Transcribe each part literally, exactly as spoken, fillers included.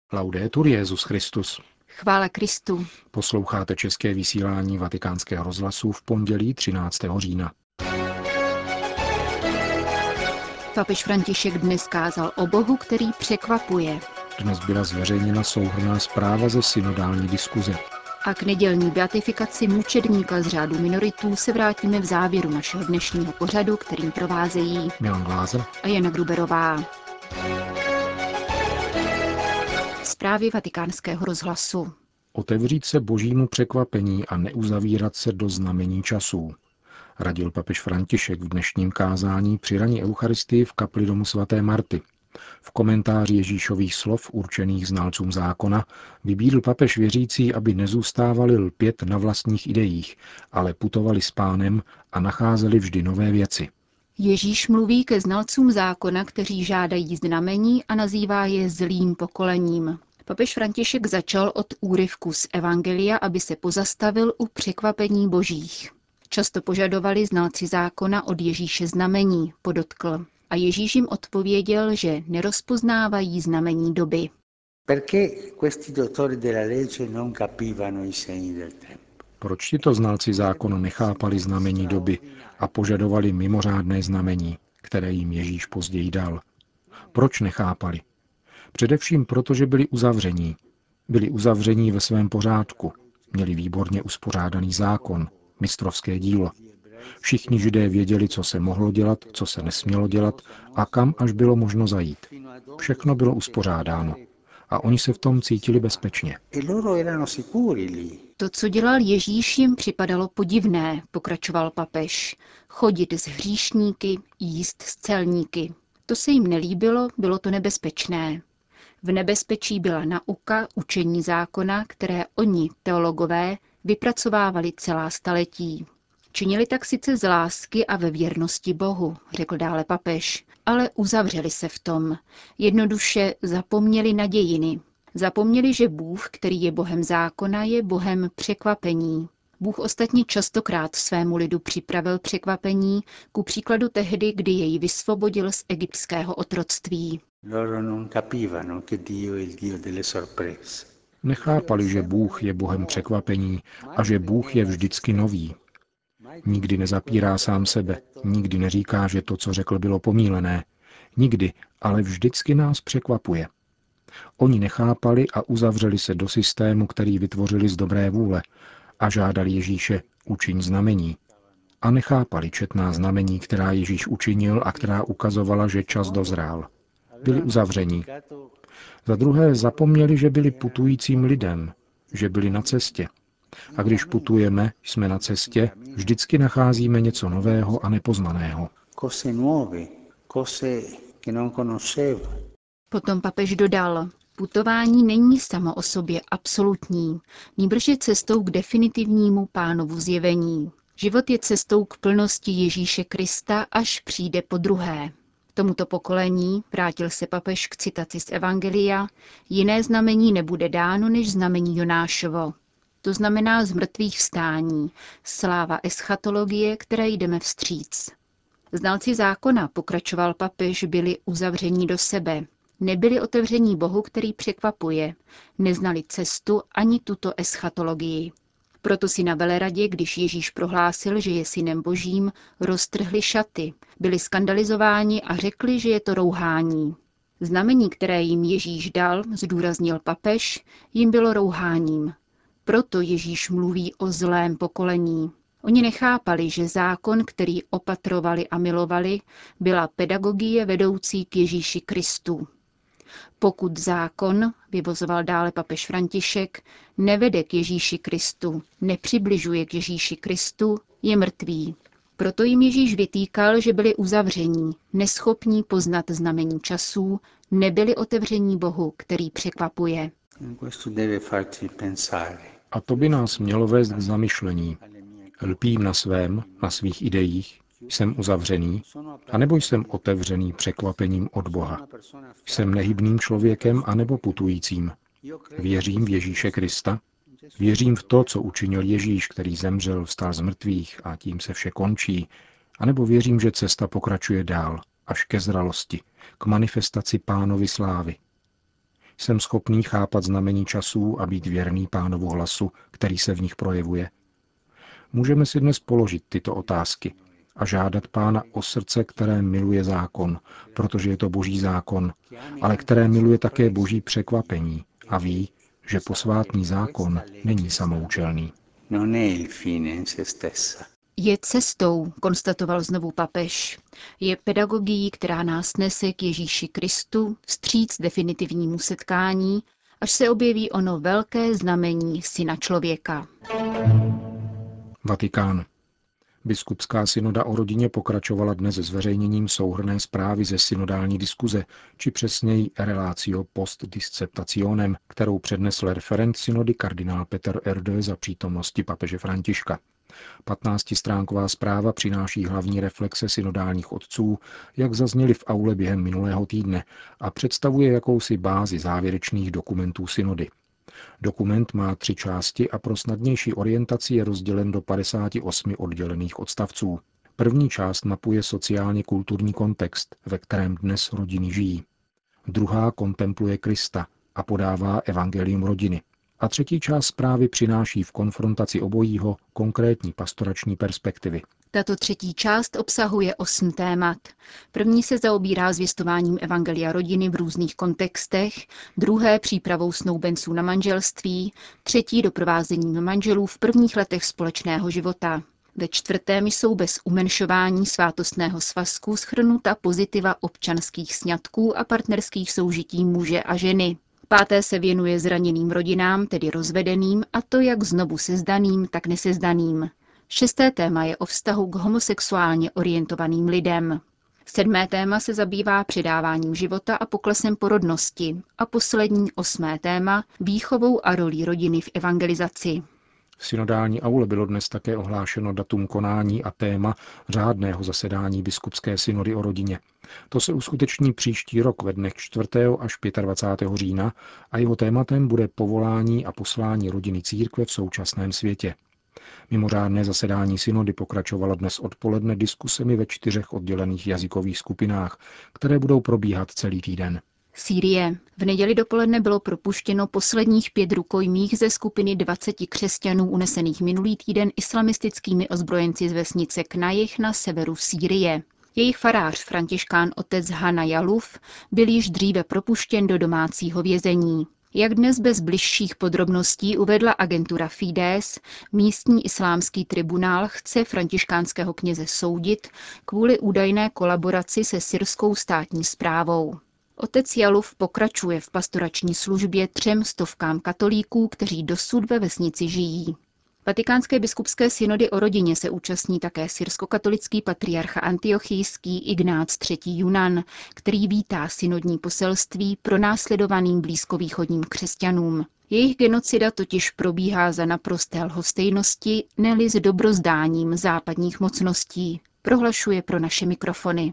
Laudetur Jesus Christus. Chvála Kristu. Posloucháte české vysílání Vatikánského rozhlasu v pondělí třináctého října. Papež František dnes kázal o Bohu, který překvapuje. Dnes byla zveřejněna souhrnná zpráva ze synodální diskuze. A k nedělní beatifikaci mučedníka z řádu minoritů se vrátíme v závěru našeho dnešního pořadu, kterým provázejí Milan Glázer a Jana Gruberová. Zprávy Vatikánského rozhlasu. Otevřít se božímu překvapení a neuzavírat se do znamení časů, radil papež František v dnešním kázání při raní eucharistii v kapli domu svaté Marty. V komentáři Ježíšových slov určených znalcům zákona vybídl papež věřící, aby nezůstávali lpět na vlastních idejích, ale putovali s Pánem a nacházeli vždy nové věci. Ježíš mluví ke znalcům zákona, kteří žádají znamení a nazývá je zlým pokolením. Papež František začal od úryvku z Evangelia, aby se pozastavil u překvapení božích. Často požadovali znalci zákona od Ježíše znamení, podotkl. A Ježíš jim odpověděl, že nerozpoznávají znamení doby. Proč tito znalci zákona nechápali znamení doby a požadovali mimořádné znamení, které jim Ježíš později dal? Proč nechápali? Především proto, že byli uzavření. Byli uzavření ve svém pořádku. Měli výborně uspořádaný zákon, mistrovské dílo. Všichni Židé věděli, co se mohlo dělat, co se nesmělo dělat a kam až bylo možno zajít. Všechno bylo uspořádáno. A oni se v tom cítili bezpečně. To, co dělal Ježíš, jim připadalo podivné, pokračoval papež. Chodit s hříšníky, jíst s celníky. To se jim nelíbilo, bylo to nebezpečné. V nebezpečí byla nauka, učení zákona, které oni, teologové, vypracovávali celá staletí. Činili tak sice z lásky a ve věrnosti Bohu, řekl dále papež, ale uzavřeli se v tom. Jednoduše zapomněli na dějiny. Zapomněli, že Bůh, který je Bohem zákona, je Bohem překvapení. Bůh ostatně častokrát svému lidu připravil překvapení, ku příkladu tehdy, kdy jej vysvobodil z egyptského otroctví. Nechápali, že Bůh je Bohem překvapení a že Bůh je vždycky nový. Nikdy nezapírá sám sebe, nikdy neříká, že to, co řekl, bylo pomílené. Nikdy, ale vždycky nás překvapuje. Oni nechápali a uzavřeli se do systému, který vytvořili z dobré vůle a žádali Ježíše, učiň znamení. A nechápali četná znamení, která Ježíš učinil a která ukazovala, že čas dozrál. Byli uzavření. Za druhé zapomněli, že byli putujícím lidem, že byli na cestě. A když putujeme, jsme na cestě, vždycky nacházíme něco nového a nepoznaného. Potom papež dodal, putování není samo o sobě absolutní, nýbrž je cestou k definitivnímu Pánovu zjevení. Život je cestou k plnosti Ježíše Krista, až přijde po druhé. Tomuto pokolení, vrátil se papež k citaci z Evangelia, jiné znamení nebude dáno než znamení Jonášovo. To znamená zmrtvých vstání, sláva eschatologie, které jdeme vstříc. Znalci zákona, pokračoval papež, byli uzavření do sebe. Nebyli otevření Bohu, který překvapuje. Neznali cestu ani tuto eschatologii. Proto si na veleradě, když Ježíš prohlásil, že je synem Božím, roztrhli šaty, byli skandalizováni a řekli, že je to rouhání. Znamení, které jim Ježíš dal, zdůraznil papež, jim bylo rouháním. Proto Ježíš mluví o zlém pokolení. Oni nechápali, že zákon, který opatrovali a milovali, byla pedagogie vedoucí k Ježíši Kristu. Pokud zákon, vyvozoval dále papež František, nevede k Ježíši Kristu, nepřibližuje k Ježíši Kristu, je mrtvý. Proto jim Ježíš vytýkal, že byli uzavření, neschopní poznat znamení časů, nebyli otevření Bohu, který překvapuje. A to by nás mělo vést k zamyšlení. Lpím na svém, na svých ideích, jsem uzavřený, anebo jsem otevřený překvapením od Boha. Jsem nehybným člověkem, anebo putujícím. Věřím v Ježíše Krista, věřím v to, co učinil Ježíš, který zemřel, vstal z mrtvých a tím se vše končí, anebo věřím, že cesta pokračuje dál, až ke zralosti, k manifestaci Pánovy slávy. Jsem schopný chápat znamení časů a být věrný Pánovu hlasu, který se v nich projevuje? Můžeme si dnes položit tyto otázky a žádat Pána o srdce, které miluje zákon, protože je to boží zákon, ale které miluje také boží překvapení a ví, že posvátný zákon není samoučelný. Je cestou, konstatoval znovu papež. Je pedagogií, která nás nese k Ježíši Kristu, vstříc definitivnímu setkání, až se objeví ono velké znamení Syna člověka. Vatikán. Biskupská synoda o rodině pokračovala dnes zveřejněním souhrnné zprávy ze synodální diskuze, či přesněji relatio post disceptationem, kterou přednesl referent synody kardinál Peter Erde za přítomnosti papeže Františka. Patnáctistránková zpráva přináší hlavní reflexe synodálních otců, jak zazněly v aule během minulého týdne, a představuje jakousi bázi závěrečných dokumentů synody. Dokument má tři části a pro snadnější orientaci je rozdělen do padesáti osmi oddělených odstavců. První část mapuje sociálně kulturní kontext, ve kterém dnes rodiny žijí. Druhá kontempluje Krista a podává evangelium rodiny. A třetí část zprávy přináší v konfrontaci obojího konkrétní pastorační perspektivy. Tato třetí část obsahuje osm témat. První se zaobírá zvěstováním evangelia rodiny v různých kontextech, druhé přípravou snoubenců na manželství, třetí doprovázením manželů v prvních letech společného života. Ve čtvrtém jsou bez umenšování svátostného svazku shrnuta pozitiva občanských sňatků a partnerských soužití muže a ženy. Páté se věnuje zraněným rodinám, tedy rozvedeným, a to jak znovu sezdaným, tak nesezdaným. Šesté téma je o vztahu k homosexuálně orientovaným lidem. Sedmé téma se zabývá předáváním života a poklesem porodnosti. A poslední, osmé téma, výchovou a rolí rodiny v evangelizaci. V synodální aule bylo dnes také ohlášeno datum konání a téma řádného zasedání biskupské synody o rodině. To se uskuteční příští rok ve dnech čtvrtého až dvacátého pátého října a jeho tématem bude povolání a poslání rodiny církve v současném světě. Mimořádné zasedání synody pokračovalo dnes odpoledne diskusemi ve čtyřech oddělených jazykových skupinách, které budou probíhat celý týden. Sýrie. V neděli dopoledne bylo propuštěno posledních pět rukojmích ze skupiny dvaceti křesťanů unesených minulý týden islamistickými ozbrojenci z vesnice Knajih na severu Sýrie. Jejich farář, františkán otec Hana Jaluf, byl již dříve propuštěn do domácího vězení. Jak dnes bez bližších podrobností uvedla agentura Fides, místní islámský tribunál chce františkánského kněze soudit kvůli údajné kolaboraci se syrskou státní správou. Otec Jaluf pokračuje v pastorační službě třem stovkám katolíků, kteří dosud ve vesnici žijí. Vatikánské biskupské synody o rodině se účastní také syrskokatolický patriarcha antiochijský Ignác třetí. Junan, který vítá synodní poselství pronásledovaným blízkovýchodním křesťanům. Jejich genocida totiž probíhá za naprosté lhostejnosti, ne-li s dobrozdáním západních mocností, prohlašuje pro naše mikrofony.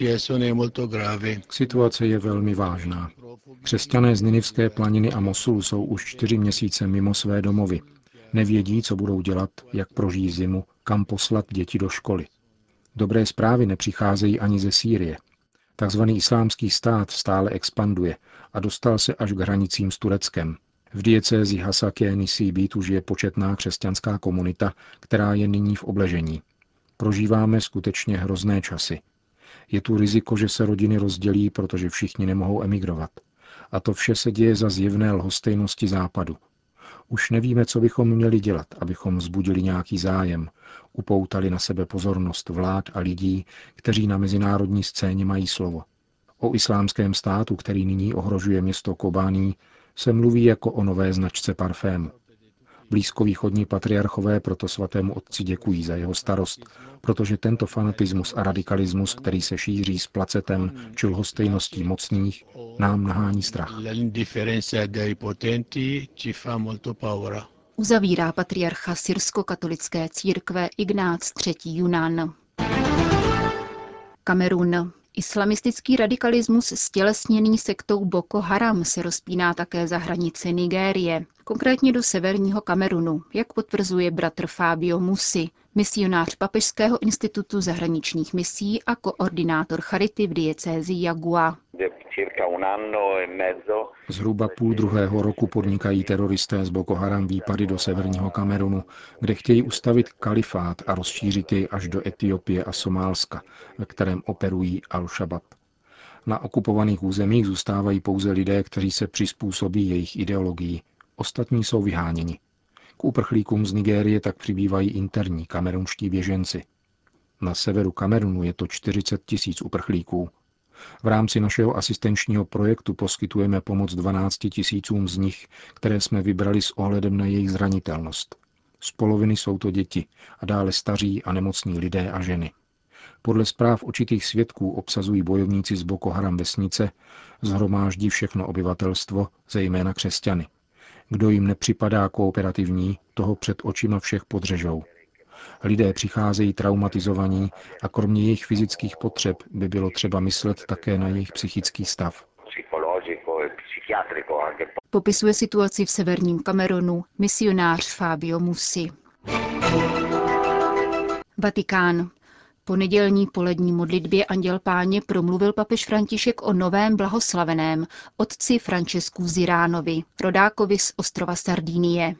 Situace je velmi vážná. Křesťané z Ninivské planiny a Mosulu jsou už čtyři měsíce mimo své domovy. Nevědí, co budou dělat, jak prožijí zimu, kam poslat děti do školy. Dobré zprávy nepřicházejí ani ze Sýrie. Takzvaný islámský stát stále expanduje a dostal se až k hranicím s Tureckem. V diecézi Hasaké Nisíbí tu žije početná křesťanská komunita, která je nyní v obležení. Prožíváme skutečně hrozné časy. Je tu riziko, že se rodiny rozdělí, protože všichni nemohou emigrovat. A to vše se děje za zjevné lhostejnosti západu. Už nevíme, co bychom měli dělat, abychom vzbudili nějaký zájem, upoutali na sebe pozornost vlád a lidí, kteří na mezinárodní scéně mají slovo. O islámském státu, který nyní ohrožuje město Kobání, se mluví jako o nové značce parfému. Blízkovýchodní patriarchové proto svatému otci děkují za jeho starost, protože tento fanatismus a radikalismus, který se šíří s placetem či lhostejností mocných, nám nahání strach. Uzavírá patriarcha syrsko-katolické církve Ignác třetí. Junan. Kamerun. Islamistický radikalismus stělesněný sektou Boko Haram se rozpíná také za hranice Nigérie, konkrétně do severního Kamerunu, jak potvrzuje bratr Fabio Musi, misionář Papežského institutu zahraničních misí a koordinátor charity v diecézi Jagua. Zhruba půl druhého roku podnikají teroristé z Boko Haram výpady do severního Kamerunu, kde chtějí ustavit kalifát a rozšířit jej až do Etiopie a Somálska, ve kterém operují Al-Shabaab. Na okupovaných územích zůstávají pouze lidé, kteří se přizpůsobí jejich ideologii. Ostatní jsou vyháněni. K uprchlíkům z Nigérie tak přibývají interní kamerunští běženci. Na severu Kamerunu je to čtyřicet tisíc uprchlíků. V rámci našeho asistenčního projektu poskytujeme pomoc dvanácti tisícům z nich, které jsme vybrali s ohledem na jejich zranitelnost. Z poloviny jsou to děti a dále staří a nemocní lidé a ženy. Podle zpráv očitých svědků obsazují bojovníci z Boko Haram vesnice, shromáždí všechno obyvatelstvo, zejména křesťany. Kdo jim nepřipadá kooperativní, toho před očima všech podřežou. Lidé přicházejí traumatizovaní a kromě jejich fyzických potřeb by bylo třeba myslet také na jejich psychický stav. Popisuje situaci v severním Kamerunu misionář Fabio Musi. Vatikán. Po nedělní polední modlitbě Anděl Páně promluvil papež František o novém blahoslaveném otci Francesku Ziránovi, rodákovi z ostrova Sardinie.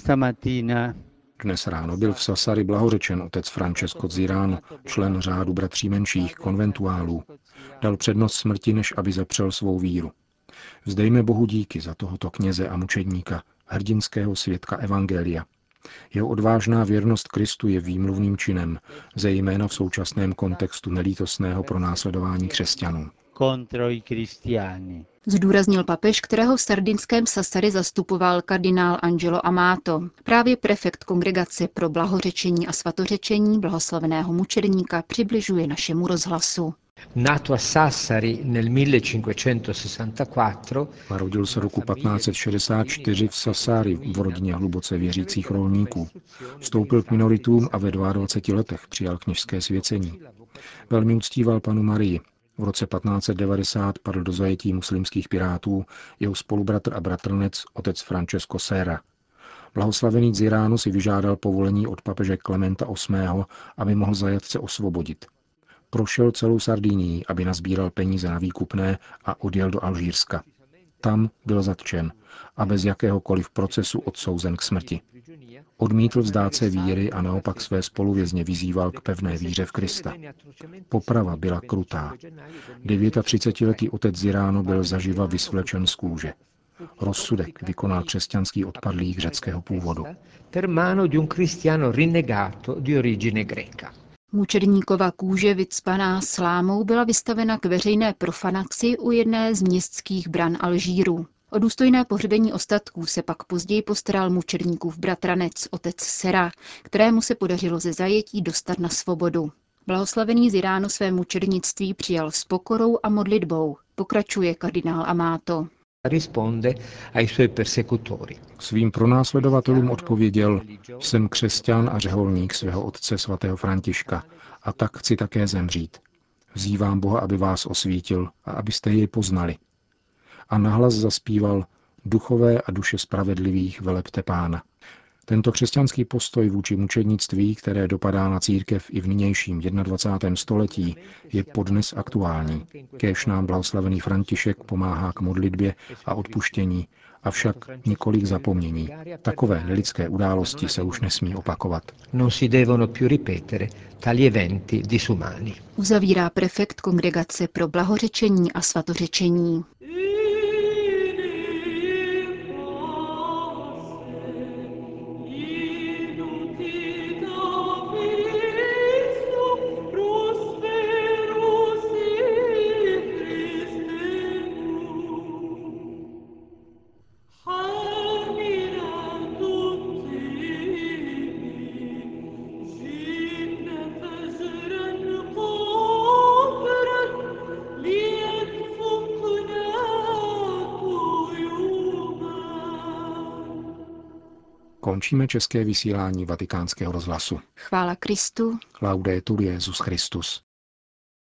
Dnes ráno byl v Sassari blahořečen otec Francesco Zirano, člen řádu bratří menších konventuálů. Dal přednost smrti, než aby zapřel svou víru. Vzdejme Bohu díky za tohoto kněze a mučedníka, hrdinského svědka evangelia. Jeho odvážná věrnost Kristu je výmluvným činem, zejména v současném kontextu nelítostného pronásledování křesťanů. Zdůraznil papež, kterého v sardinském Sassari zastupoval kardinál Angelo Amato, právě prefekt kongregace pro blahořečení a svatořečení blahoslaveného mučedníka, přibližuje našemu rozhlasu. Nato a Sassari nel millecinquecentosessantaquattro, Narodil se roku patnáct set šedesát čtyři v Sassari v rodině hluboce věřících rolníků. Vstoupil k minoritům a ve dvaceti dvou letech přijal kněžské svěcení. Velmi uctíval panu Marii. V roce patnáct set devadesát padl do zajetí muslimských pirátů jeho spolubratr a bratrnec otec Francesco Serra. Blahoslavený Zirano si vyžádal povolení od papeže Klementa osmého, aby mohl zajatce osvobodit. Prošel celou Sardinii, aby nazbíral peníze na výkupné a odjel do Alžírska. Tam byl zatčen a bez jakéhokoliv procesu odsouzen k smrti. Odmítl vzdát se víry a naopak své spoluvězně vyzýval k pevné víře v Krista. Poprava byla krutá. třicetidevítiletý otec Zirano byl zaživa vysvlečen z kůže. Rozsudek vykonal křesťanský odpadlík řeckého původu. Mučedníkova kůže vycpaná slámou byla vystavena k veřejné profanaci u jedné z městských bran Alžíru. O důstojné pohřbení ostatků se pak později postaral mučedníkův bratranec otec Serra, kterému se podařilo ze zajetí dostat na svobodu. Blahoslavený Zirano své mučednictví přijal s pokorou a modlitbou, pokračuje kardinál Amato. Svým pronásledovatelům odpověděl: jsem křesťan a řeholník svého otce svatého Františka a tak chci také zemřít. Vzývám Boha, aby vás osvítil a abyste jej poznali. A nahlas zaspíval: duchové a duše spravedlivých velepte Pána. Tento křesťanský postoj vůči mučednictví, které dopadá na církev i v nynějším dvacátém prvním století, je podnes aktuální. Kéž nám blahoslavený František pomáhá k modlitbě a odpuštění, avšak nikoli k zapomnění. Takové nelidské události se už nesmí opakovat. Uzavírá prefekt kongregace pro blahořečení a svatořečení. Končíme české vysílání Vatikánského rozhlasu. Chvála Kristu. Laudetur Jesus Christus.